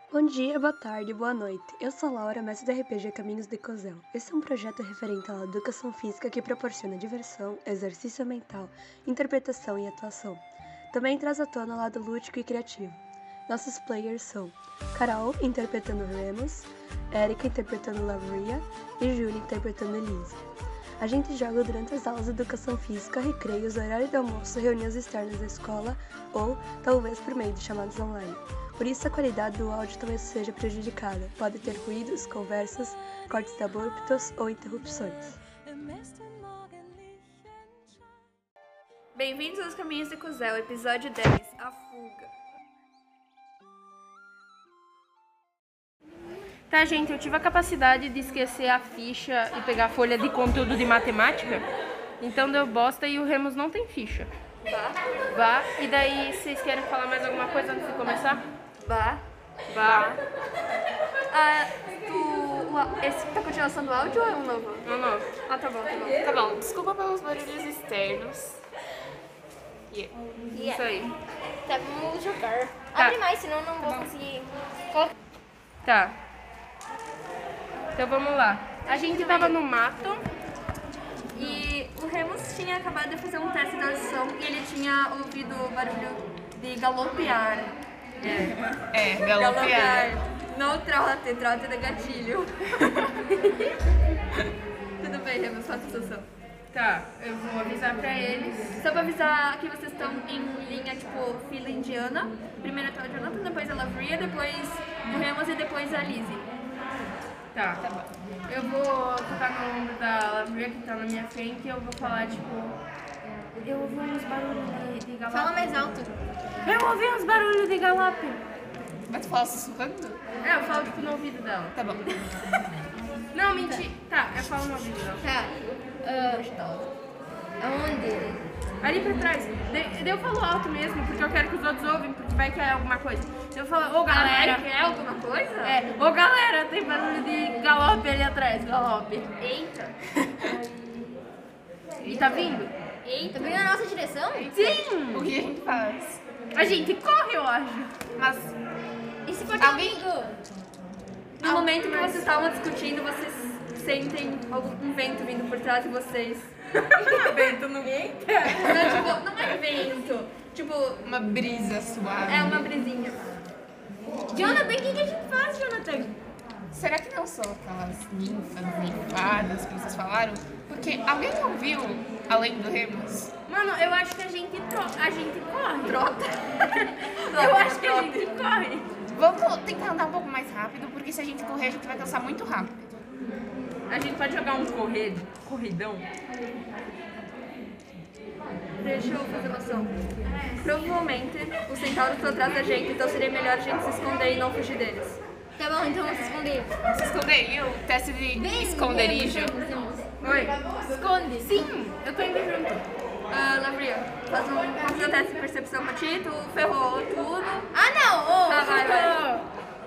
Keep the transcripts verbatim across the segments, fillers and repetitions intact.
Bom dia, boa tarde, boa noite. Eu sou Laura, mestre do R P G Caminhos de Cosel. Esse é um projeto referente à educação física que proporciona diversão, exercício mental, interpretação e atuação. Também traz à tona o lado lúdico e criativo. Nossos players são Carol, interpretando Remus, Erika, interpretando Lavria e Júlia, interpretando Elise. A gente joga durante as aulas de educação física, recreios, horário de almoço, reuniões externas da escola ou, talvez, por meio de chamadas online. Por isso, a qualidade do áudio talvez seja prejudicada. Pode ter ruídos, conversas, cortes de abruptos ou interrupções. Bem-vindos aos Caminhos de Cosel, episódio dez, A Fuga. Tá, gente, eu tive a capacidade de esquecer a ficha e pegar a folha de conteúdo de matemática, então deu bosta e o Remus não tem ficha. Vá. Vá. E daí, vocês querem falar mais alguma coisa antes de começar? Vá. Vá. Ah, tu... Esse tá continuação do áudio ou é um novo? Não, não. Ah, tá bom, tá bom. Tá bom, desculpa pelos barulhos externos. Yeah. Yeah. Isso aí. Tá, vamos jogar. Tá. Abre mais, senão eu não vou conseguir. Coloca- Tá. Então vamos lá. A gente tava no mato. E o Remus tinha acabado de fazer um teste de audição e ele tinha ouvido o barulho de galopear. É, galopear. Não trote, trote de gatilho. Tudo bem, Remus, faça a sessão. Tá, eu vou avisar pra eles. Só pra avisar que vocês estão em linha, tipo, fila indiana. Primeiro tá o Jonathan, depois a Lavria, depois o Remus e depois a Lizzie. Tá. Eu vou tocar no ombro da Lavria que tá na minha frente e eu vou falar, tipo... Eu ouvi uns barulhos de, de galope. Fala mais alto. Eu ouvi uns barulhos de galope. Mas tu fala sussurrando? É, eu falo, tipo, no ouvido dela. Tá bom. Não, mentira. Tá, eu falo no ouvido dela. Tá. Ah, aonde? Ali pra trás. Daí daí eu falo alto mesmo, porque eu quero que os outros ouvem, porque vai que é alguma coisa. Daí eu falo, ô galera. Ah, quer alguma coisa? É, ô galera, tem barulho de galope ali atrás, galope. Eita. E tá vindo? Tá vindo na nossa direção? Sim! O que a gente faz? A gente corre, eu acho. Mas E se for teu Alguém- amigo? No momento que vocês estavam discutindo, vocês sentem algum um vento vindo por trás de vocês. Vento no vento. Não, tipo, não é vento. Tipo, uma brisa suave. é uma brisinha. Jonathan, o que, que a gente faz, Jonathan? Será que não são aquelas ninfas, ninfadas que vocês falaram? Porque alguém ouviu, além do Remus? Mano, eu acho que a gente, tro... a gente corre. Trota. Eu acho que a gente corre. Vamos tentar andar um pouco mais rápido, porque se a gente correr, a gente vai cansar muito rápido. A gente pode jogar um correr... corridão. Deixa eu fazer uma ação. Provavelmente os centauros estão atrás da gente, então seria melhor a gente se esconder e não fugir deles. Tá bom, então vamos se esconder. Se esconder, e o teste de esconderijo? Oi. Esconde. Sim, eu tô indo junto. Ah, Lavria, faz um, vamos fazer um teste de percepção pra ti, tu ferrou tudo. Ah, não! Oh. Tá, vai, vai.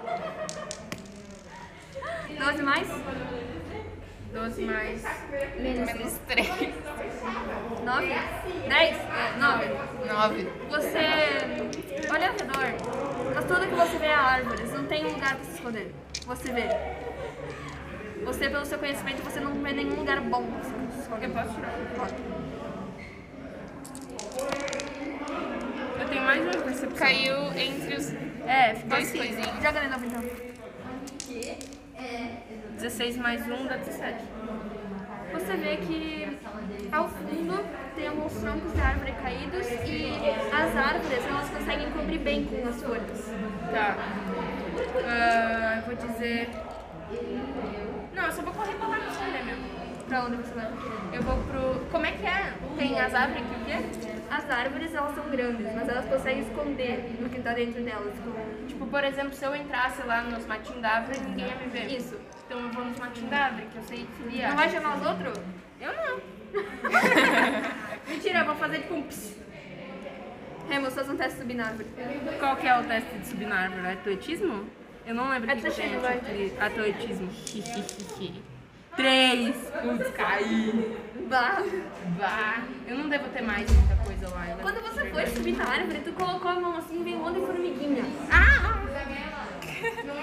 doze mais? doze mais... Menos três. nove? dez? É, nove. Nove. Você olha ao redor, mas tudo que você vê é árvores, não tem um lugar pra se esconder. Você vê. Você, pelo seu conhecimento, você não vê nenhum lugar bom pra se esconder. Eu posso tirar? Pode. Eu tenho mais uma percepção. Caiu entre os É, ficou dois assim. coisinhos. Joga de novo então. dezesseis mais um dá dezessete. Você vê que ao fundo tem alguns troncos de árvore caídos e as árvores elas conseguem cobrir bem com as folhas. Tá. Ah, eu vou dizer... Não, eu só vou correr pra lá me esconder mesmo. Pra onde você vai? Eu vou pro... Como é que é? Tem as árvores aqui, o quê? As árvores elas são grandes, mas elas conseguem esconder no que tá dentro delas. Com... Tipo, por exemplo, se eu entrasse lá nos matinhos da árvore, ninguém ia me ver. Isso. Então eu vou nos matinhos da árvore, que eu sei subir. Não vai chamar os outros? Eu não. Mentira, eu vou fazer tipo um ps. Remus, faz um teste de subir na árvore. Qual que é o teste de subir na árvore? É atletismo? Eu não lembro o que que tem. Atletismo, vai. de atletismo. Três. Putz, caí. Bah. Vá. Eu não devo ter mais muita coisa lá. eu Quando lembro você de foi verdade. subir na árvore, tu colocou a mão assim e veio um monte de formiguinha. Ah!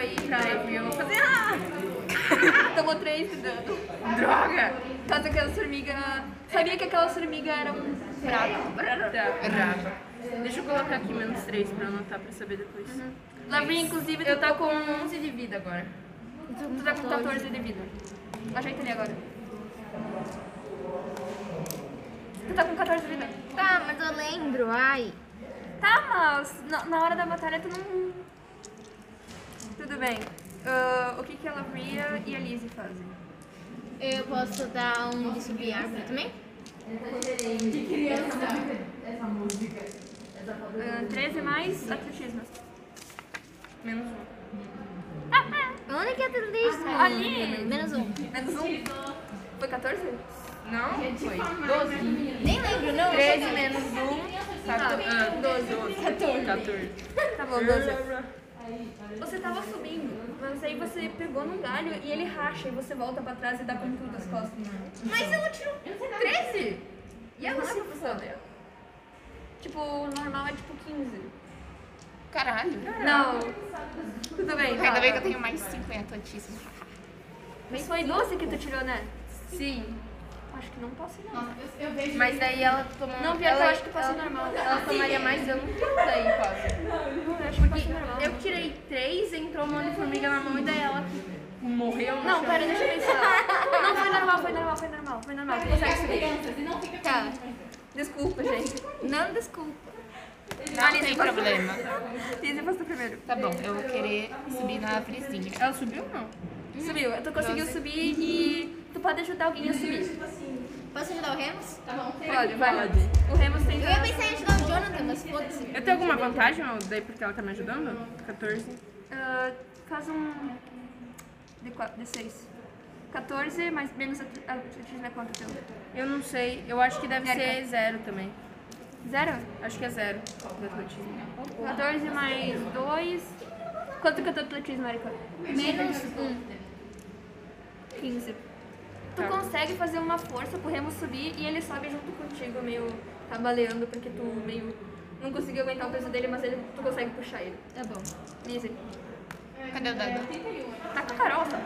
ir pra Ivy, eu vou fazer. Ah! Tomou três de dano. Droga! Por causa que aquelas formigas. Sabia que aquelas formigas eram fracas. Tá, errado. Deixa eu colocar aqui menos três pra anotar pra saber depois. Lavrinha, inclusive, Eu tu tô tá com com. onze de vida agora. Tu tá com quatorze de vida. Ajeita ali agora. Tu tá com quatorze de vida. Tá, mas eu lembro, ai. Tá, mas na, na hora da batalha tu não. Tudo bem. Ah, o que, que a Lavria e a Lizzie fazem? Eu posso dar um de subir árvore também? Ah, treze mais atletismo. Menos um. Onde que é atletismo? Ali. Menos um. Menos um. Foi quatorze? Não? Foi. doze. Nem lembro, não. treze menos um. quatorze. Ah, doze. quatorze. quatorze. Tá bom, doze. Você tava subindo, mas aí você pegou num galho e ele racha e você volta pra trás e dá com tudo as costas. Mas ela tirou treze? E ela se foda? Tipo, o normal é tipo quinze. Caralho. Não. Tudo bem, tá. Ainda bem que eu tenho mais cinco em atletismo. Mas foi doze que tu tirou, né? Sim. Acho que não posso não. Mas daí ela tomou... Não, pior que ela, eu acho que passa ela- normal. Ela tomaria mais dano que eu daí, quase. Eu acho que passa normal. Eu tirei três, entrou um monte de formiga na mão e daí ela morreu no Não, chão. pera, deixa eu pensar. Não, foi normal, foi normal, foi normal, foi normal. Tu consegue subir. Tá. Desculpa, gente. Não, desculpa. Não tem problema. Lizzie, você primeiro. Tá bom, eu vou querer subir na árvorezinha. Ela subiu ou não? Subiu. Tu conseguiu subir e tu pode ajudar alguém a subir. Posso ajudar o Remus? Pode, vai. O Remus tem Eu ia pensar em ajudar o Jonathan, mas foda-se. Eu tenho alguma vantagem ou daí porque ela tá me ajudando? quatorze. Ah, faz um. De quatro, de seis. quatorze, mais menos atletismo é quanto teu? Eu não sei, eu acho que deve Erika. ser zero também. Zero? Acho que é zero do atletismo. quatorze mais dois. Quanto que é teu atletismo, Erika? Menos um. quinze. Tu Tá. consegue fazer uma força pro Remus subir e ele sobe junto contigo, meio cabaleando, porque tu meio. Não conseguiu aguentar o peso dele, mas ele, tu consegue puxar ele. Tá bom. Lizzie. Cadê o dado? Tá com a Carol, tá?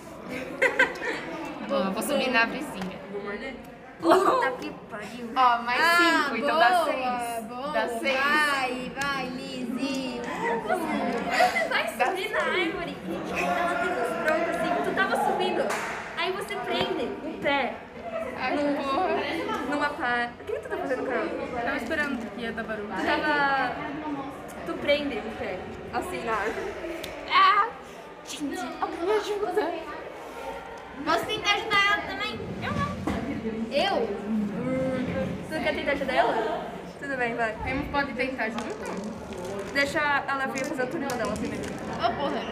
Bom, eu vou subir na árvorezinha. Puta que pariu. Ó, mais cinco, então dá boa, seis. Boa. Dá seis. Vai, vai, Lizzie. Você vai subir na árvore e ela tem uns troncos assim. Tu tava subindo, aí você prende o pé Ai, porra. numa pá. O que, que tu tá fazendo, Carol? Tava esperando que ia dar barulho. Tu tava. Tu prende o pé, assim, na árvore. Ah, gente, alguém me ajuda. Posso tentar ajudar ela também? Eu não. Eu? Tu quer tentar ajudar ela? Tudo bem, vai. Temos pode tentar junto? Deixa ela vir fazer o turno dela primeiro. Ô, porra.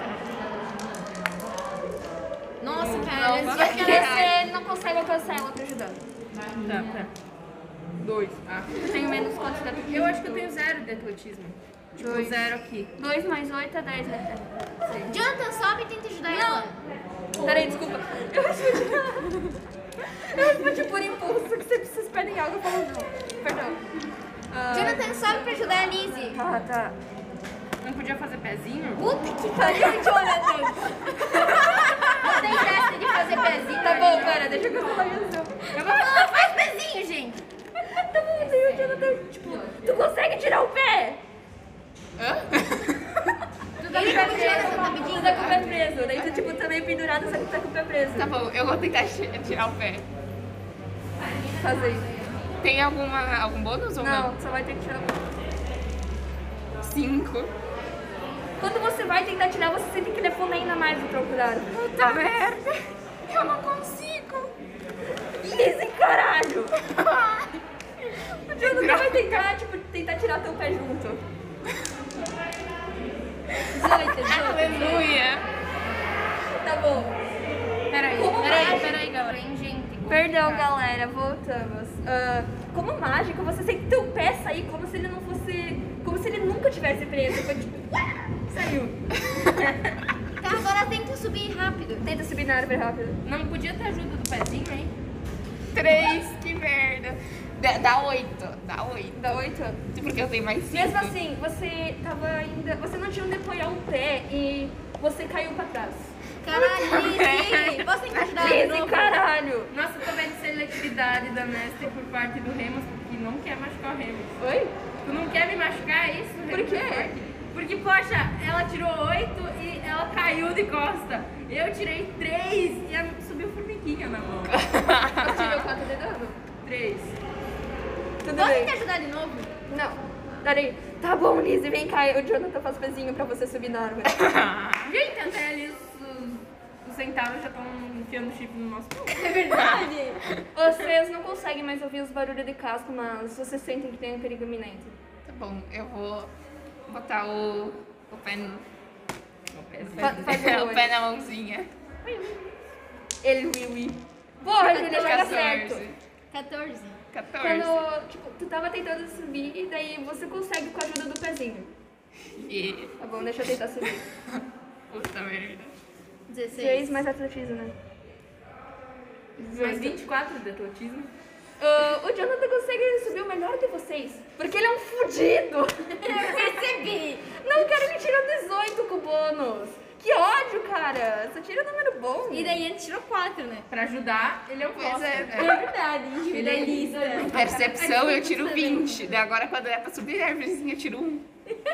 Nossa, cara, Não, eles porque já querem... você não consegue alcançar ela te ajudando. Tá, tá. Dois. Ah. Eu tenho menos quantos de atletismo? Eu acho que eu tenho zero de atletismo. Tipo, Dois. zero aqui. dois mais oito é dez, né? Sim. Jonathan, sobe e tenta ajudar ela. Peraí, desculpa. Eu respondi. Eu respondi por impulso, que sempre vocês pedem algo, eu falo não. Perdão. Ah, Jonathan, sobe pra ajudar a Lizzie. Tá, tá. Não podia fazer pezinho? Puta que pariu, Jonathan. Não tem graça de fazer pezinho. Tá bom, pera, deixa eu cancelar minha ação. Eu vou falar, faz pezinho, gente. Tá bom, daí o Jonathan, tipo, tu consegue tirar o pé? Tu tá com o pé preso, tá Tu pedindo? tá com o pé preso, daí tu, tipo, tá meio pendurado, só que tu tá com o pé preso. Tá bom, eu vou tentar ti- tirar o pé. Faz aí. Tem alguma, algum bônus ou não? Não, só vai ter que tirar o pé. Cinco. Quando você vai tentar tirar, você sempre que defunda ainda mais o tronco da árvore. Puta merda. Eu não consigo. Lizzie, caralho! O Jonathan vai tentar, tipo, tentar tirar teu pé junto. dezoito, dezoito. Aleluia. Tá bom. Peraí, Como peraí, mágico. peraí, galera. Tem gente. Perdão, galera, voltamos. Ah, como mágico, você sente teu pé sair como se ele não fosse... Como se ele nunca tivesse preso. Foi tipo... uá, saiu. Tá, agora tenta subir rápido. Tenta subir na árvore rápido. Não podia ter ajuda do pezinho, hein? Três, que merda. Dá, dá oito. Dá oito. Dá oito. Porque eu tenho mais cinco. Mesmo assim, você tava ainda... Você não tinha onde apoiar o pé e você caiu pra trás. Caralho, Lizzy! Você tem que ajudar de Lizzy, novo. caralho! Nossa, eu tô vendo seletividade da mestre por parte do Remus, porque não quer machucar o Remus. Oi? Tu não quer me machucar, é isso? Por Remus quê? é forte? Porque, poxa, ela tirou oito e ela caiu de costa. Eu tirei três e ela subiu formiguinha na mão. Eu tirei quatro de dano? Três. Tudo Você bem. quer ajudar de novo? Não. Darei. Tá bom, Lizzy, vem cá. O Jonathan faz pezinho pra você subir na árvore. Gente, até ali os, os centauros já estão enfiando chip no nosso pão. É verdade. Vocês não conseguem mais ouvir os barulhos de casco, mas vocês sentem que tem um perigo iminente. Tá bom, eu vou botar o, o pé no... Fa- faz um o oi. pé na mãozinha. Ele, ui, ui. Porra, Julia, joga quatorze. certo. quatorze. quatorze. Quando, tipo, tu tava tentando subir e daí você consegue com a ajuda do pezinho. E... Tá bom, deixa eu tentar subir. Puta merda. Três dezesseis. mais atletismo, né? Mais vinte e quatro de atletismo. Ah, o Jonathan consegue subir o melhor de vocês. Porque ele é um fudido. Eu percebi. Não, cara, ele tirou dezoito com bônus. Que ódio, cara. Só tira número bom. E daí ele tirou quatro, né? Pra ajudar, ele é um Pois bosta. é, É né? verdade, individualista. Percepção eu tiro vinte. Daí agora quando é pra subir a árvorezinha eu tiro um.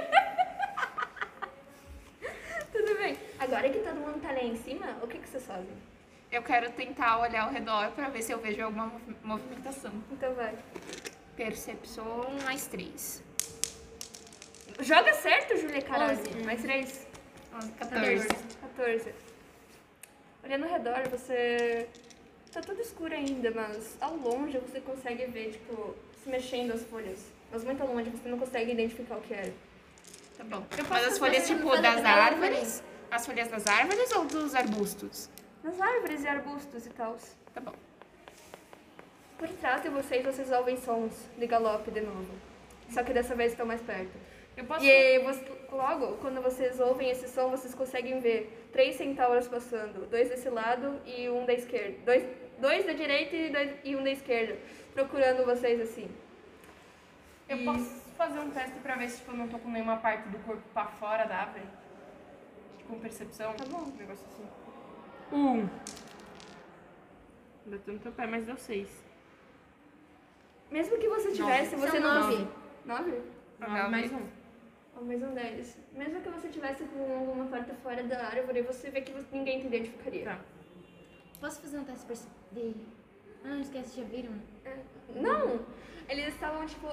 Tudo bem. Agora que todo mundo tá lá em cima, o que, que vocês fazem? Eu quero tentar olhar ao redor pra ver se eu vejo alguma mov- movimentação. Então vai. Percepção mais três. Joga certo, Júlia, caralho. onze. Mais três. quatorze. quatorze. Olhando ao redor, você... Tá tudo escuro ainda, mas ao longe você consegue ver, tipo, se mexendo as folhas. Mas muito ao longe, você não consegue identificar o que era. Tá bom. Eu posso Mas as folhas, fazer- tipo, fazer das pra árvores? As folhas das árvores ou dos arbustos? Nas árvores e arbustos e tal. Tá bom. Por trás de vocês, vocês ouvem sons de galope de novo. Só que dessa vez estão mais perto. Eu posso... E aí, você- logo, quando vocês ouvem esse som, vocês conseguem ver três centauros passando. Dois desse lado e um da esquerda. Dois, dois da direita e, dois, e um da esquerda. Procurando vocês assim. Eu E- posso fazer um teste pra ver se tipo, eu não tô com nenhuma parte do corpo pra fora da árvore? Com percepção? Tá bom. Um negócio assim. Um. Bateu no teu pé, mas deu seis. Mesmo que você tivesse, você São não... nove. Nove? Ah, mais um. Ou mais um deles. Mesmo que você tivesse com alguma parte fora da árvore, você vê que você- ninguém te identificaria. Tá. Posso fazer um teste perce- de... Ah, não esquece, já viram? É, Não! Eles estavam, tipo...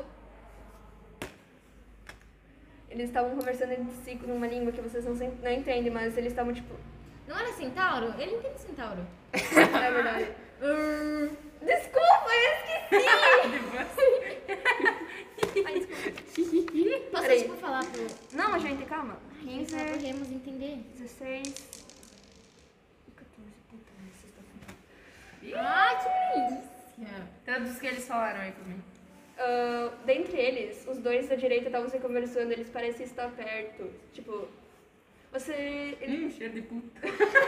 Eles estavam conversando entre si numa língua que vocês não, sen- não entendem, mas eles estavam, tipo... Não era centauro? Ele entende centauro. É verdade. Desculpa, eu esqueci! Ai, desculpa. Posso, Peraí. tipo, falar pro... Não, gente, calma. quinze, Falar pro Remus entender? dezesseis... catorze, puta, sexta-feira. Ah, que delícia. Traduz o que eles falaram aí pra mim. Ah, dentre eles, os dois da direita estavam se conversando, eles parecem estar perto. Tipo, você... ele- Hum, cheiro de puta.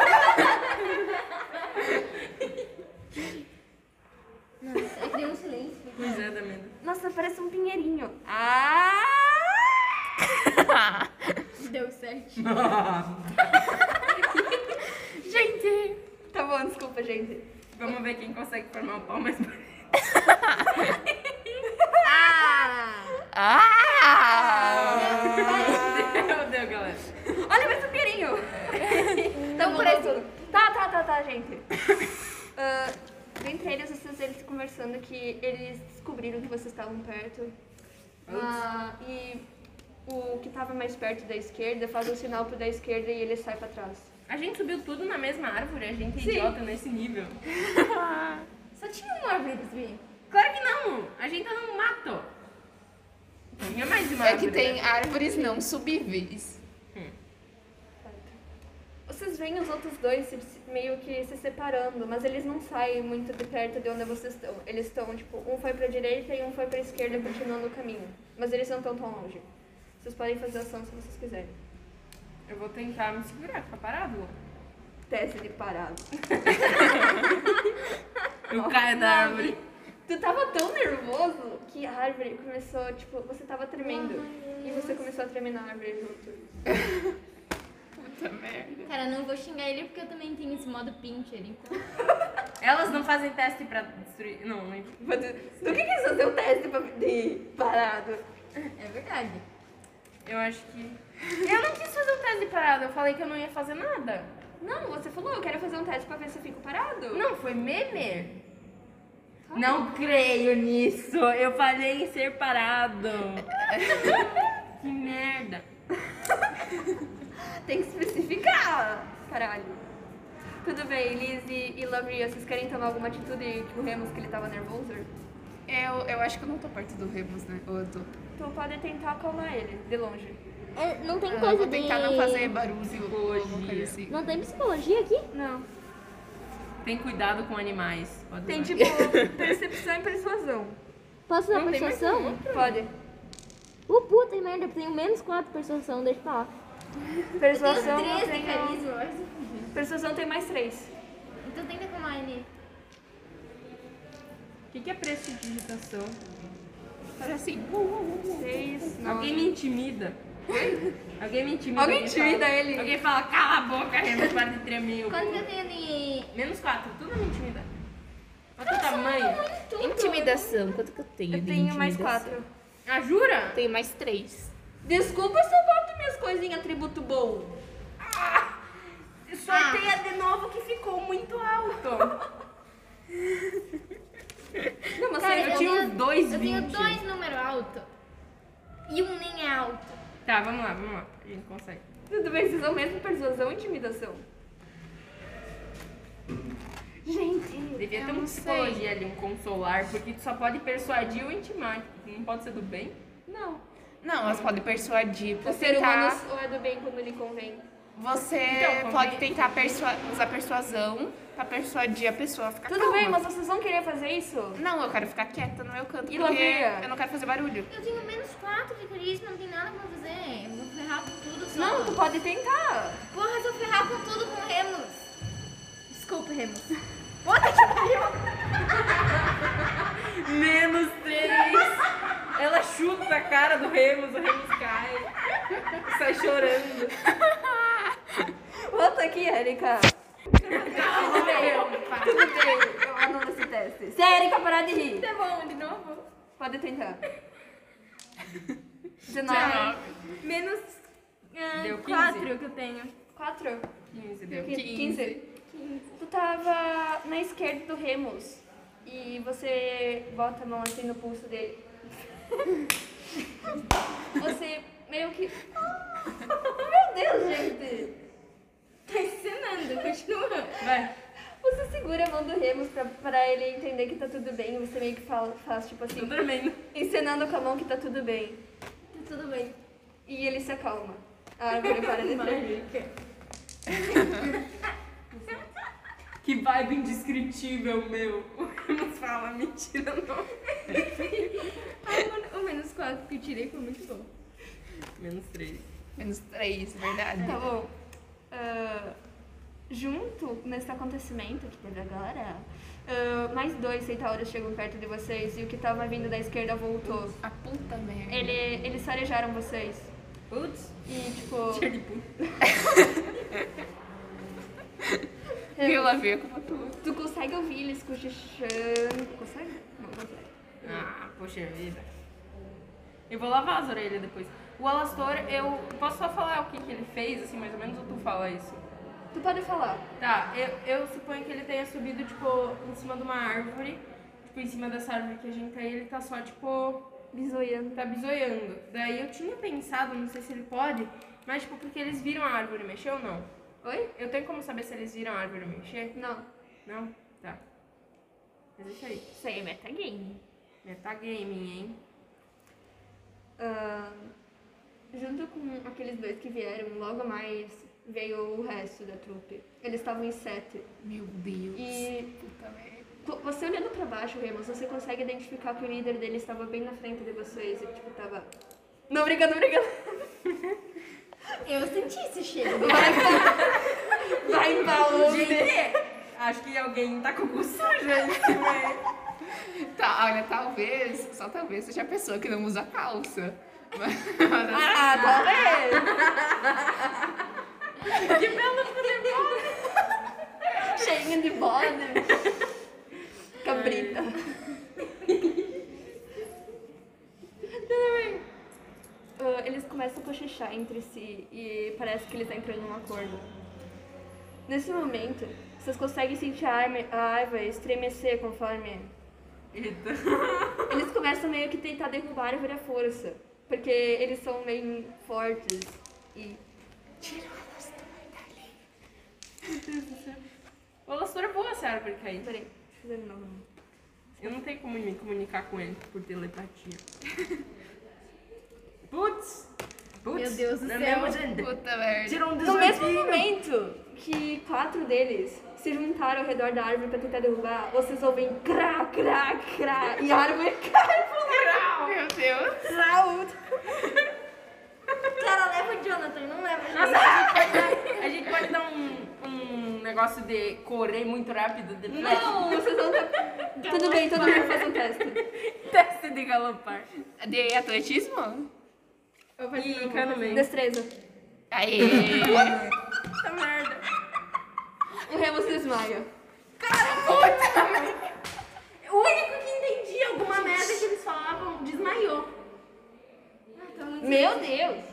Nossa, eu criei um silêncio. Pois é, da merda. Nossa, parece um pinheirinho. Ah! Deu certo. Gente! Tá bom, desculpa, gente. Vamos ver quem consegue formar o pau mais bonito. Ah! Ah! Meu Deus, galera. Olha, mais um pinheirinho! Então, por isso. Tá, tá, tá, tá, gente. Ah, dentre eles, vocês eles conversando que eles descobriram que vocês estavam perto. Ah, e o que estava mais perto da esquerda faz um sinal pro da esquerda e ele sai pra trás. A gente subiu tudo na mesma árvore, a gente é Sim. idiota nesse nível. Só tinha uma árvore pra subir. Claro que não! A gente tá no mato. Tinha mais de uma É árvore. que tem né? árvores não subíveis. Vocês veem os outros dois se- se- meio que se separando, mas eles não saem muito de perto de onde vocês estão. Eles estão, tipo, um foi pra direita e um foi pra esquerda, continuando o caminho. Mas eles não estão tão longe. Vocês podem fazer ação se vocês quiserem. Eu vou tentar me segurar, ficar parado. Teste de parado. Eu caio da árvore. Tu tava tão nervoso que a árvore começou, tipo, você tava tremendo. E você começou a tremer na árvore junto. Puta merda. Cara, eu não vou xingar ele porque eu também tenho esse modo pincher, então. Elas não fazem teste pra destruir. Não, não. Do que que é fazer um teste pra de parado? É verdade. Eu acho que. Eu não quis fazer um teste de parada, eu falei que eu não ia fazer nada. Não, você falou, eu quero fazer um teste pra ver se eu fico parado. Não, foi meme. Não creio nisso. Eu falei em ser parado. Que merda. Tem que especificar, caralho. Tudo bem, Liz e, e Lavria, vocês querem tomar alguma atitude tipo o Remus, que ele tava nervoso? Eu, eu acho que eu não tô perto do Remus, né? Ou eu tô? Tu pode tentar acalmar ele, de longe. É, não tem Ah, coisa vou tentar de... não fazer barulho ou alguma coisa assim. Não tem psicologia aqui? Não. Tem cuidado com animais. Pode Tem usar. tipo percepção e persuasão. Posso dar Não tem mais persuasão? Pode. Uh, puta merda, eu tenho menos quatro persuasão, deixa pra lá. Persuasão eu tenho eu três de tenho... carisma, mas... Persuasão tem mais três. Então tenta acalmar ele. O que, que é prestidigitação? Parece assim. Seis, nove. Alguém me intimida. Alguém me intimida. Alguém intimida fala- ele. Alguém fala, cala a boca, Remus, para de tremer. Quanto que eu tenho de... Menos quatro, tudo me intimida. Olha o tamanho. Intimidação. Quanto que eu tenho Eu de tenho mais intimidação? quatro. Ah, jura? Tenho mais três. Desculpa se eu boto minhas coisas em atributo bom. Sorteia de novo que ficou muito alto. Não, mas Cara, você... eu tinha uns dois Eu tenho vinte. dois números altos. E um nem é alto. Tá, vamos lá, vamos lá. A gente consegue. Tudo bem, vocês são mesmo persuasão ou intimidação? Gente, Devia Eu ter uma não sei. psicologia ali, um consolar, porque tu só pode persuadir ou intimar. Não pode ser do bem. não. Não, elas podem persuadir pra O ser tentar... humano ou é do bem quando lhe convém? Você Então, pode convém- tentar persua- usar persuasão pra persuadir a pessoa a ficar Tudo calma. bem, mas vocês vão querer fazer isso? Não, eu quero ficar quieta no meu canto, E porque Lavria? eu não quero fazer barulho. Eu tenho menos quatro de carisma, não tem nada pra fazer. Eu vou ferrar com tudo só. Não, tu pode tentar. Porra, se eu ferrar com tudo com o Remus. Desculpa, Remus. Menos três. Ela chuta a cara do Remus, o Remus cai. Sai chorando. Volta aqui, Erika. Tudo bem, tudo bem. Eu anulo esse teste. Se a Erika parar de rir, Tá bom, de novo? pode tentar. dezenove. Menos ah, Deu quinze? quatro que eu tenho. quatro. quinze deu. quinze. Tu tava na esquerda do Remus e você bota a mão assim no pulso dele. Você meio que... Meu Deus, gente! Tá ensinando, continua. Vai. Você segura a mão do Remus pra, pra ele entender que tá tudo bem. Você meio que fala, faz tipo Tô assim, dormindo. encenando com a mão que tá tudo bem. Tá tudo bem. E ele se acalma. A árvore para de tremer. Que vibe indescritível, meu. O Remus fala, mentira não. Ah, o menos quatro que eu tirei foi muito bom. Menos três. Menos três, verdade. Tá bom. Ah, junto nesse acontecimento que teve agora, ah, mais dois centauros chegam perto de vocês e o que tava vindo da esquerda voltou. A puta merda. Ele, eles farejaram vocês. Putz. E tipo. Cheiro de puta. Viu, Lavria, culpa tua. Tu consegue ouvir eles cochichando. Consegue? Não, não consegue. Ah, poxa vida. Eu vou lavar as orelhas depois. O Alastor, eu posso só falar o que, que ele fez, assim, mais ou menos, ou tu fala isso? Tu pode falar. Tá, eu, eu suponho que ele tenha subido, tipo, em cima de uma árvore. Tipo, em cima dessa árvore que a gente tá e ele tá só, tipo, Bisoiando. tá bisoiando. Daí eu tinha pensado, não sei se ele pode, mas, tipo, porque eles viram a árvore mexer ou não? Oi? Eu tenho como saber se eles viram a árvore mexer? Não. Não? Tá. Mas é isso aí. Isso aí é metagame. Metagaming, hein? Ah, junto com aqueles dois que vieram, logo mais veio o resto da trupe. Eles estavam em sete. Meu Deus. E Puta merda. tu- você olhando pra baixo, Remus, você consegue identificar que o líder dele estava bem na frente de vocês. E tipo, tava... Não, brincando, brincando. Eu senti esse cheiro. Vai em baú. Gente, acho que alguém tá com o cu sujo aí em cima aí. Tá, olha, talvez, só talvez seja a pessoa que não usa calça. Mas, mas Ah, talvez. entre si e parece que eles estão entrando num acordo. Nesse momento, vocês conseguem sentir a arma- a árvore estremecer conforme... Eita. Eles começam meio que tentar derrubar a árvore à força, porque eles são meio fortes e... Meu Deus do céu. Ô, Lastura, voa essa árvore cair. Peraí, deixa eu fazer de novo. Eu não tenho como me comunicar com ele por telepatia. Putz! Putz! Meu Deus do não é céu. mesmo, gente? Puta merda. Tirou um No mesmo dezoitinho. momento que quatro deles se juntaram ao redor da árvore pra tentar derrubar, vocês ouvem crá, crá, crá, e a árvore cai pro Meu Deus. lado. Cara, leva o Jonathan, não leva o Nossa, Jonathan. a gente pode dar, a gente pode dar um, um negócio de correr muito rápido de flash. Não, vocês vão ter... Tudo bem, todo mundo faz um teste. Teste de galopar. De atletismo? Eu vou clicar no meio. Destreza. Aê! Puta merda. O Remo se desmaia. O único que entendia alguma merda que eles falavam desmaiou. Meu Deus!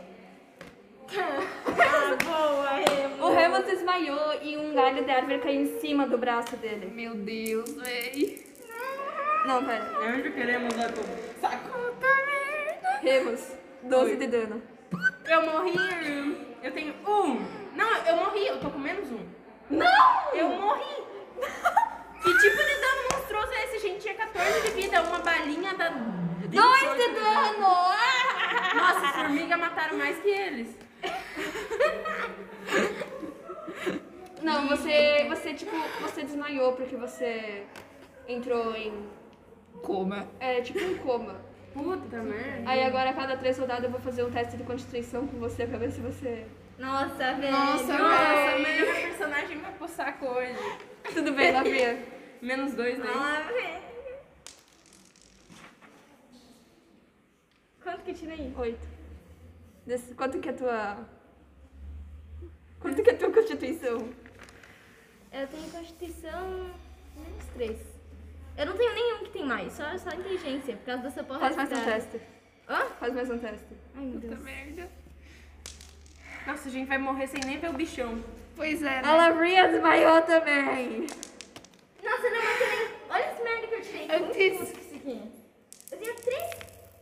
Ah, boa, Remo. O Remo se desmaiou e um galho de árvore caiu em cima do braço dele. Meu Deus, véi. Não, pera. Onde queremos a saco? Remos, doze de dano. Eu morri. Eu tenho um. Não, eu morri. Eu tô com menos um. Não! Eu morri. Que tipo de dano monstruoso é esse? A gente tinha quatorze de vida. Uma balinha da... Dois de dano! Ah! Nossa, as formigas mataram mais que eles. Não, você, você, tipo, você desmaiou porque você entrou em, Coma. é, tipo, um coma. Puta merda. Aí agora, a cada três rodadas, eu vou fazer um teste de constituição com você pra ver se você... Nossa, velho. Nossa, Nossa, véi. melhor personagem vai pro saco hoje. Tudo bem, Lavria? Menos dois, né? Ah, velho. Quanto que tira aí? Oito. Desse- quanto que é a tua... Quanto que é a tua constituição? Eu tenho constituição menos três. Eu não tenho nenhum que tem mais, só, só inteligência, por causa dessa porra. Faz mais um dessa- teste. Hã? Faz mais um teste. Ai, meu Puta Deus. merda. Nossa, a gente vai morrer sem nem ver o bichão. Pois é, A né? Lavria desmaiou também. Nossa, não, mas eu nem... Olha essa merda que eu tirei. Eu Quantos disse. pontos que isso aqui? Eu tenho três.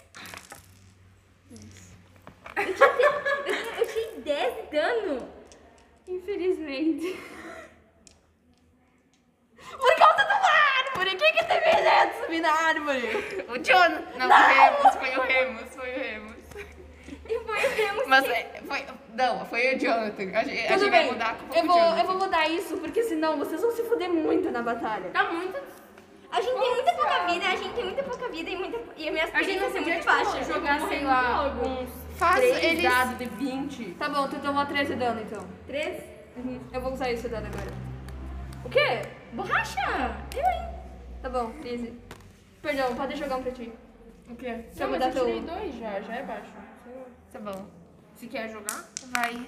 Eu tinha, te- eu tinha, eu tinha dez de dano. Infelizmente. Por causa de uma árvore! Quem que teve a ideia de subir na árvore? O Jonathan. Não, foi o Remus, foi o Remus, foi o Remus. E foi o Remo Mas que- é, foi. Não, foi o Jonathan. A gente, a Tudo gente bem, vai mudar com eu o vou, Jonathan. eu vou mudar isso, porque senão vocês vão se fuder muito na batalha. Tá muito... A gente tem muita pouca vida, a gente tem muita pouca vida e, muita, e a minha A gente experiência não é podia, muito tipo, baixa. jogar, sei lá, uns Faz três eles- dados de vinte. Tá bom, tu tomou treze dano então. Três? Uhum. Eu vou usar esse dano agora. O quê? Borracha! Eu, hein? Tá bom, easy. Perdão, pode jogar um pra ti. O quê? Deixa eu Não, mas mudar eu tirei teu- dois já, já é baixo. Tá bom. Se quer jogar? Vai.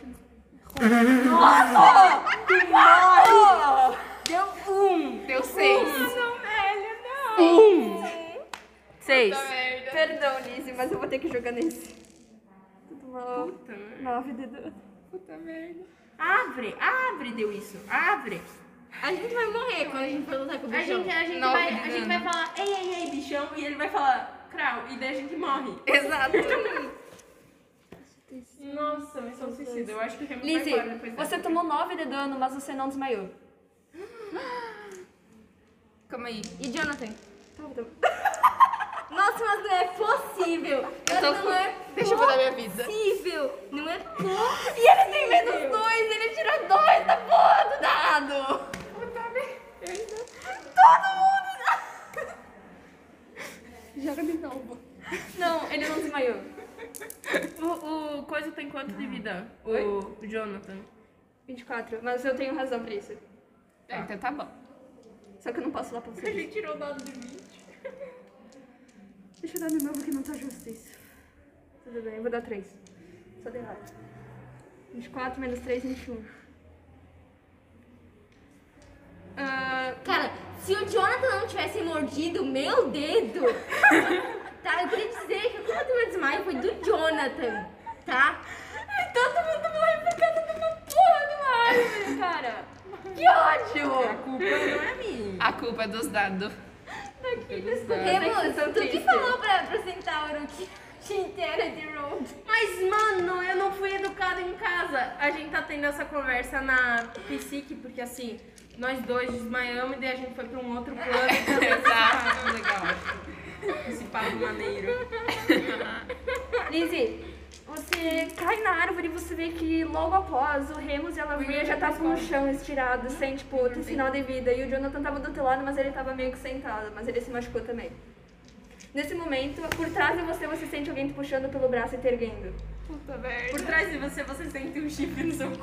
Deu um! Deu seis. Não, velho, não. Um! Seis. Puta merda. Perdão, Lizzie, mas eu vou ter que jogar nesse. Tudo mal. Puta merda. Nove de dano. Puta merda. Abre, abre deu isso. Abre. A gente vai morrer quando a gente for lutar com o A bichão. gente, a gente, Nove vai, de a gente dano. vai falar, ei, ei, ei, bichão, e ele vai falar, crau, e daí a gente morre. Exato. Nossa, missão suicida. Eu acho que o Remo vai Lizzie, embora depois você dessa. tomou nove de dano, mas você não desmaiou. Calma aí. E Jonathan? Tá, tá. Nossa, mas não é possível. Eu tô não com- é Deixa eu mudar minha vida. possível. Não é possível. E ele tem menos dois, ele tirou dois da porra do dado. Todo mundo. Joga de novo. Não, ele não desmaiou. O, o coisa tem quanto de vida? O, Oi? o Jonathan. vinte e quatro, mas eu tenho razão pra isso. É, então tá bom. Só que eu não posso dar pra A você. gente tirou o dado de vinte. Deixa eu dar de novo que não tá justo isso. Tudo bem, eu vou dar três. Só dei errado. vinte e quatro menos três, vinte e um. Ah, Cara, se o Jonathan não tivesse mordido meu dedo, tá? Eu queria dizer que a culpa do meu desmaio foi do Jonathan, tá? ódio! A culpa não é minha. A culpa é dos dados. Remos, são tu que tristes. falou pra, pro Centauro que a gente era de road. Mas, mano, eu não fui educada em casa. A gente tá tendo essa conversa na psique, porque assim, nós dois desmaiamos e daí a gente foi pra um outro plano. Então, Exato. legal. Esse papo maneiro. Lizzie, você cai na árvore e você vê que logo após o Remus e a Lavria já estavam no chão estirado, sem, tipo, ter sinal de vida. E o Jonathan tava do outro lado, mas ele tava meio que sentado, mas ele se machucou também. Nesse momento, por trás de você, você sente alguém te puxando pelo braço e te erguendo. Puta merda. Por trás de você, você sente um chifre no seu cu.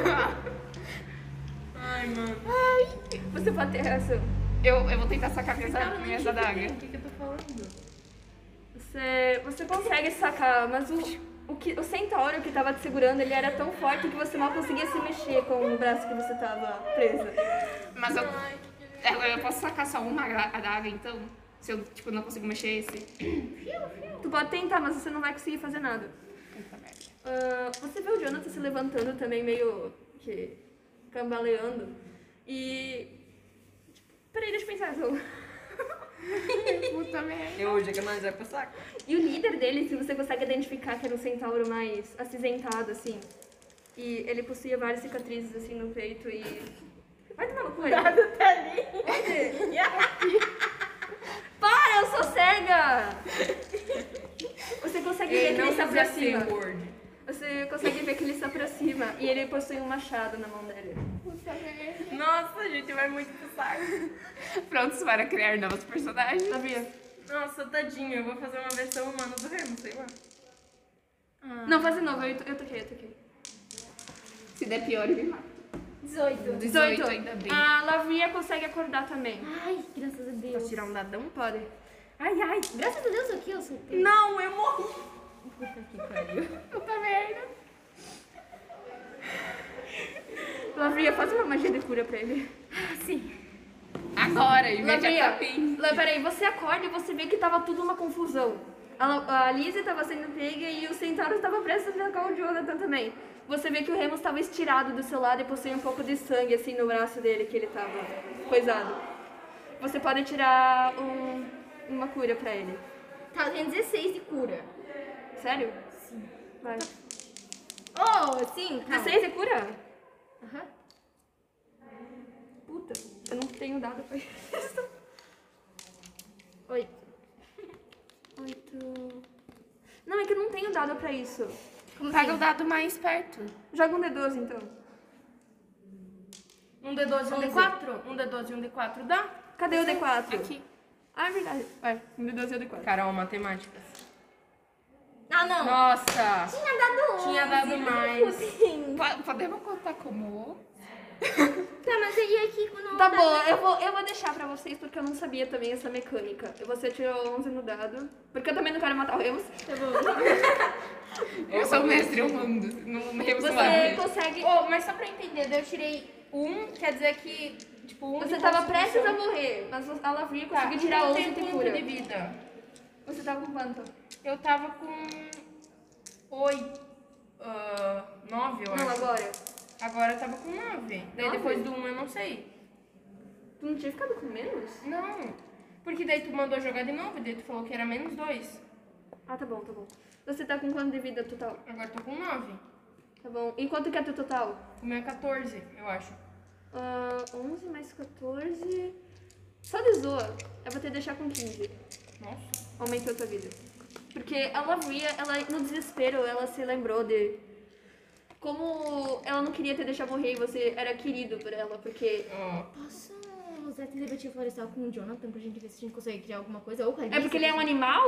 Ai, mano. Você pode ter reação. Eu, eu vou tentar sacar minhas, minhas adagas. O que que eu tô falando? Você, você consegue sacar, mas o, o, que, o centauro que tava te segurando, ele era tão forte que você mal conseguia se mexer com o braço que você tava presa. Mas eu, eu, eu posso sacar só uma adaga, adaga, então? Se eu, tipo, não consigo mexer esse. Tu pode tentar, mas você não vai conseguir fazer nada. Puta merda. Ah, você vê o Jonathan se levantando também, meio que cambaleando. E. Tipo, peraí, deixa eu pensar. Então. Puta merda. Eu hoje é que nós vai pro saco. E o líder dele, se você consegue identificar que era um centauro mais acinzentado, assim. E ele possuía várias cicatrizes, assim, no peito e. Vai tomar no cu aí. Para, eu sou cega! Você consegue ver que ele se aproxima. Você consegue ver que ele se aproxima e ele possui um machado na mão dele. Nossa, a gente vai muito pro saco. Prontos para criar novos personagens. Sabia? Nossa, tadinho, eu vou fazer uma versão humana do Remo, sei lá. Não, faz de novo, eu, eu toquei, eu toquei. Se der pior, ele me mata. dezoito. dezoito, ainda bem. A Lavria consegue acordar também. Ai, graças a Deus. Posso tirar um dadão? Pode. Ai, ai. Graças a Deus aqui eu soltei. Não, eu morri. Puta que pariu. Puta merda. Lavria, faz uma magia de cura pra ele. Sim. Agora, Lavria, imediatamente. La- peraí, você acorda e você vê que tava tudo uma confusão. A, a Lizzie tava sendo pega e o centauro estava prestes a atacar o Jonathan também. Você vê que o Remus estava estirado do seu lado e possuía um pouco de sangue assim no braço dele que ele tava coisado. Você pode tirar um, uma cura pra ele. Tá, eu tenho dezesseis de cura. Sério? Sim. Vai. Oh, sim, calma. dezesseis de cura? Aham. Puta, eu não tenho dado pra isso. Oito. Oito. Não, é que eu não tenho dado pra isso. Como Pega assim? o dado mais perto. Joga um D doze então. Um D doze e um D quatro? Um D doze e um D quatro dá? Cadê o D quatro? Aqui. Ah, é verdade. Vai, um D doze e o D quatro. Carol, matemática. Ah, não. Nossa. Tinha dado onze. Tinha dado mais. Sim. Po- Podemos contar como? Tá, mas aí aqui quando... Tá bom, eu vou, eu vou deixar pra vocês porque eu não sabia também essa mecânica. Você tirou onze no dado. Porque eu também não quero matar o Remus. Tá bom. Eu sou mestre humano. Não me Você resolve. consegue. Oh, mas só pra entender, eu tirei um, quer dizer que, tipo, um Você de tava constituição. prestes a morrer, mas a Lavria Tá, conseguiu tirar eu onze tenho de quanto cura. de vida? Você tava com quanto? Eu tava com oito, ah, nove, eu Não, acho. agora. Agora eu tava com nove. Daí Nove? depois do um eu não sei. Tu não tinha ficado com menos? Não, porque daí tu mandou jogar de novo, daí tu falou que era menos dois. Ah, tá bom, tá bom. Você tá com quanto de vida total? Agora eu tô com nove. Tá bom. E quanto que é teu total? O meu é quatorze, eu acho. Ah, onze mais quatorze. Só de zoa. Eu vou te deixar com quinze. Nossa. Aumentou a tua vida. Porque a Lavria, ela, no desespero, ela se lembrou de como ela não queria te deixar morrer e você era querido por ela, porque... Ó. Posso usar a telepatia florestal com o Jonathan pra gente ver se a gente consegue criar alguma coisa? Ou com a É porque ele é um animal?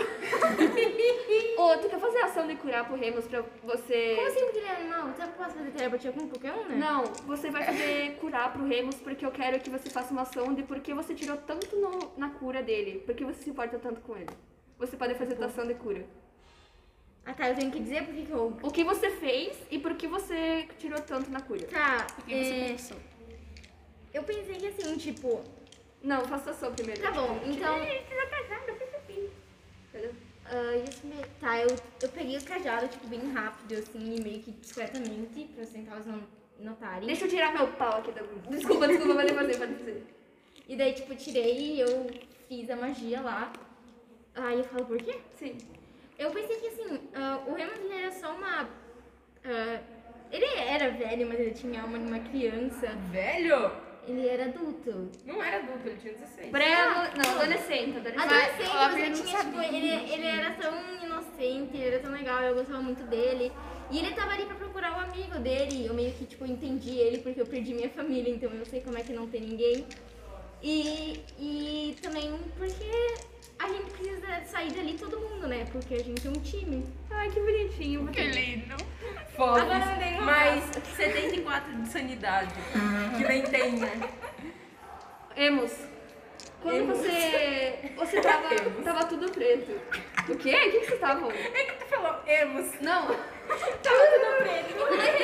Ô, tu quer fazer ação de curar pro Remus pra você... Como assim porque ele é animal? Você pode fazer telepatia com qualquer um, né? Não, você vai fazer curar pro Remus porque eu quero que você faça uma ação de por que você tirou tanto no- na cura dele. Por que você se importa tanto com ele. Você pode fazer tua ação de cura. Ah, tá, eu tenho que dizer por que que eu... O que você fez e por que você tirou tanto na cura. Tá, O que você é, pensou? eu pensei que assim, tipo... Não, faça a ação primeiro. Tá bom, então... Entendeu? Ah, isso me... Tá, eu, eu peguei o cajado, tipo, bem rápido, assim, e meio que discretamente, pra os centauros não notarem. Deixa eu tirar meu pau aqui da... Desculpa, desculpa, vai fazer, vai fazer. E daí, tipo, tirei e eu fiz a magia lá. Aí eu falo, por quê? Sim. Eu pensei que, assim, uh, o Remus ele era só uma... Uh, ele era velho, mas ele tinha alma de uma criança. Velho? Ele era adulto. Não era adulto, ele tinha dezesseis. Pré... Não, adolescente, adolescente. Adolescente, ela mas ele não tinha, tipo, ele, ele era tão inocente, ele era tão legal, eu gostava muito dele. E ele tava ali pra procurar o amigo dele, eu meio que, tipo, entendi ele porque eu perdi minha família, então eu sei como é que não tem ninguém. E, e também porque a gente precisa sair dali todo mundo, né? Porque a gente é um time. Ai, que bonitinho. Que lindo. Foda. Agora não tem Mas setenta e quatro de sanidade. Que nem tem, né? Emos, quando Emos. você... Você tava... Tava tudo preto. O quê? O que que vocês estavam? É que tu falou emos. Não. Tava tudo preto.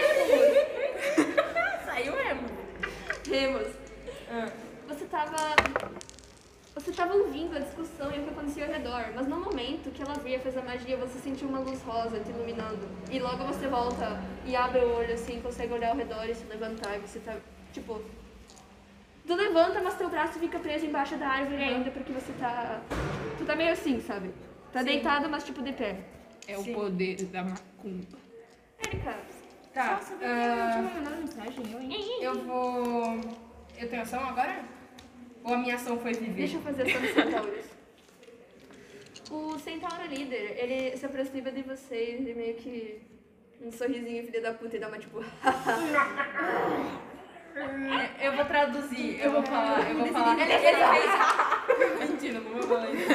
Saiu emo. Remos, Ah. você tava... Você tava ouvindo a discussão e o que acontecia ao redor, mas no momento que ela via, fez a magia, você sentiu uma luz rosa te iluminando. E logo você volta e abre o olho assim, consegue olhar ao redor e se levantar. E você tá, tipo... Tu levanta, mas teu braço fica preso embaixo da árvore ainda, porque você tá... Tu tá meio assim, sabe? Tá deitado, mas tipo de pé. É o poder da macumba. Erika, Tá. Nossa, eu ah, tinha mandado mensagem, eu, hein? eu vou. Eu tenho ação agora? Ou a minha ação foi viver? deixa eu fazer ação dos centauros. O centauro líder, ele se aproxima de vocês e meio que... Um sorrisinho filho da puta e dá uma tipo... Eu vou traduzir, eu vou falar, eu vou falar. Ele fez. Mentira, não vou falar isso.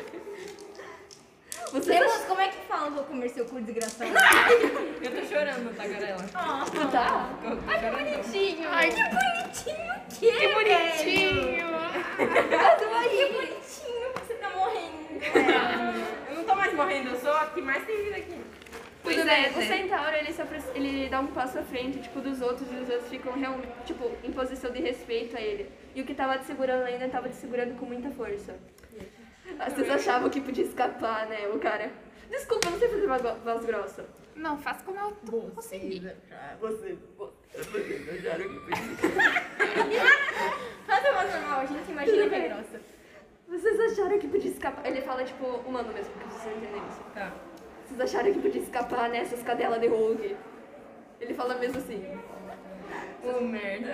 Você Remus, como é que fala vou comer seu cu desgraçado? Eu tô chorando, tá, Garela? Tu tá? Eu tô chorando. Bonitinho. Ai, que bonitinho o quê, Que bonitinho. Que bonitinho, você tá morrendo. Eu não tô mais morrendo, eu sou a que mais tem vida aqui. Tudo bem, o centauro ele, se apro- ele dá um passo à frente, tipo, dos outros, e os outros ficam realmente, tipo, em posição de respeito a ele. E o que tava te segurando ainda tava te segurando com muita força. Vocês achavam que podia escapar, né, o cara? Desculpa, eu não sei fazer uma go- voz grossa. Não, faz como eu tô conseguindo. Você, vocês acharam que podia... Faz a voz normal, a gente imagina que é grossa. Vocês acharam que podia escapar... Ele fala, tipo, humano mesmo, porque vocês entendem isso. Tá. Vocês acharam que podia escapar nessas cadelas de rogue? Ele fala mesmo assim. Ô, merda.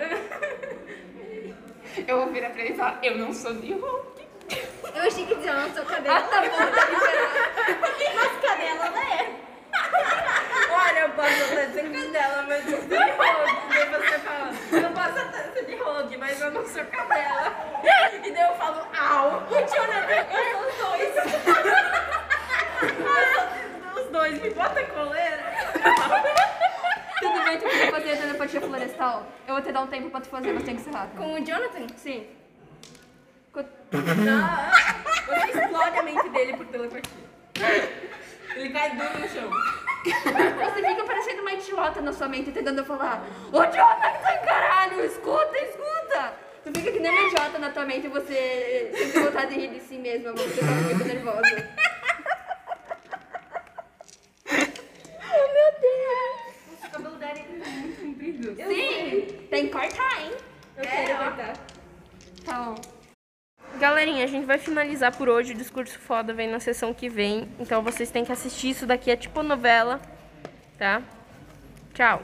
Eu vou virar pra ele e falar, eu não sou de Hulk. Eu achei que dizia, eu não sou cadela. Ah, tá bom, tá liberado. Mas cadela ela é. Olha, eu posso até ser cadela, mas eu sou de rogue. E daí você fala, eu posso até ser de rogue, mas eu não sou cadela. E daí eu falo, au. O Jonathan, eu sou os dois. Os dois, me bota coleira. Tudo bem, tu quer fazer a telepatia florestal? Eu vou te dar um tempo pra tu fazer, mas tem que ser rápido. Com o Jonathan? Sim. Co- Você explode a mente dele por telepatia. Ele cai duro no chão. Você fica parecendo uma idiota na sua mente tentando falar: Ô Jonathan, caralho, escuta, escuta! Tu fica que nem uma idiota na tua mente e você tem vontade de rir de si mesma, mas você tá muito nervosa. Oh meu Deus! O cabelo dele é muito comprido. Sim! Tem que cortar, hein? Eu É, quero ó. cortar. Tá bom. Galerinha, a gente vai finalizar por hoje. O Discurso Foda vem na sessão que vem. Então vocês têm que assistir isso daqui. É tipo novela, tá? Tchau.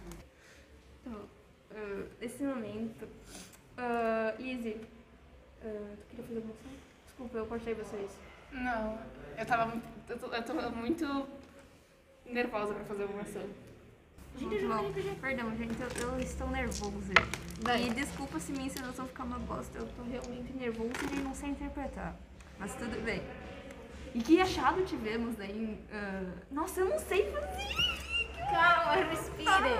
Uh, nesse momento, uh, Izzy, uh, tu queria fazer alguma coisa? Desculpa, eu cortei vocês. Não, eu tava muito, eu tô, eu tô muito nervosa pra fazer alguma ação. Gente, eu não Perdão, gente, eu, eu estou nervosa. E desculpa se minha encenação ficar uma bosta. Eu tô realmente nervosa e não sei interpretar. Mas tudo bem. E que achado tivemos, né? Em, uh, Nossa, eu não sei fazer! Calma, respire.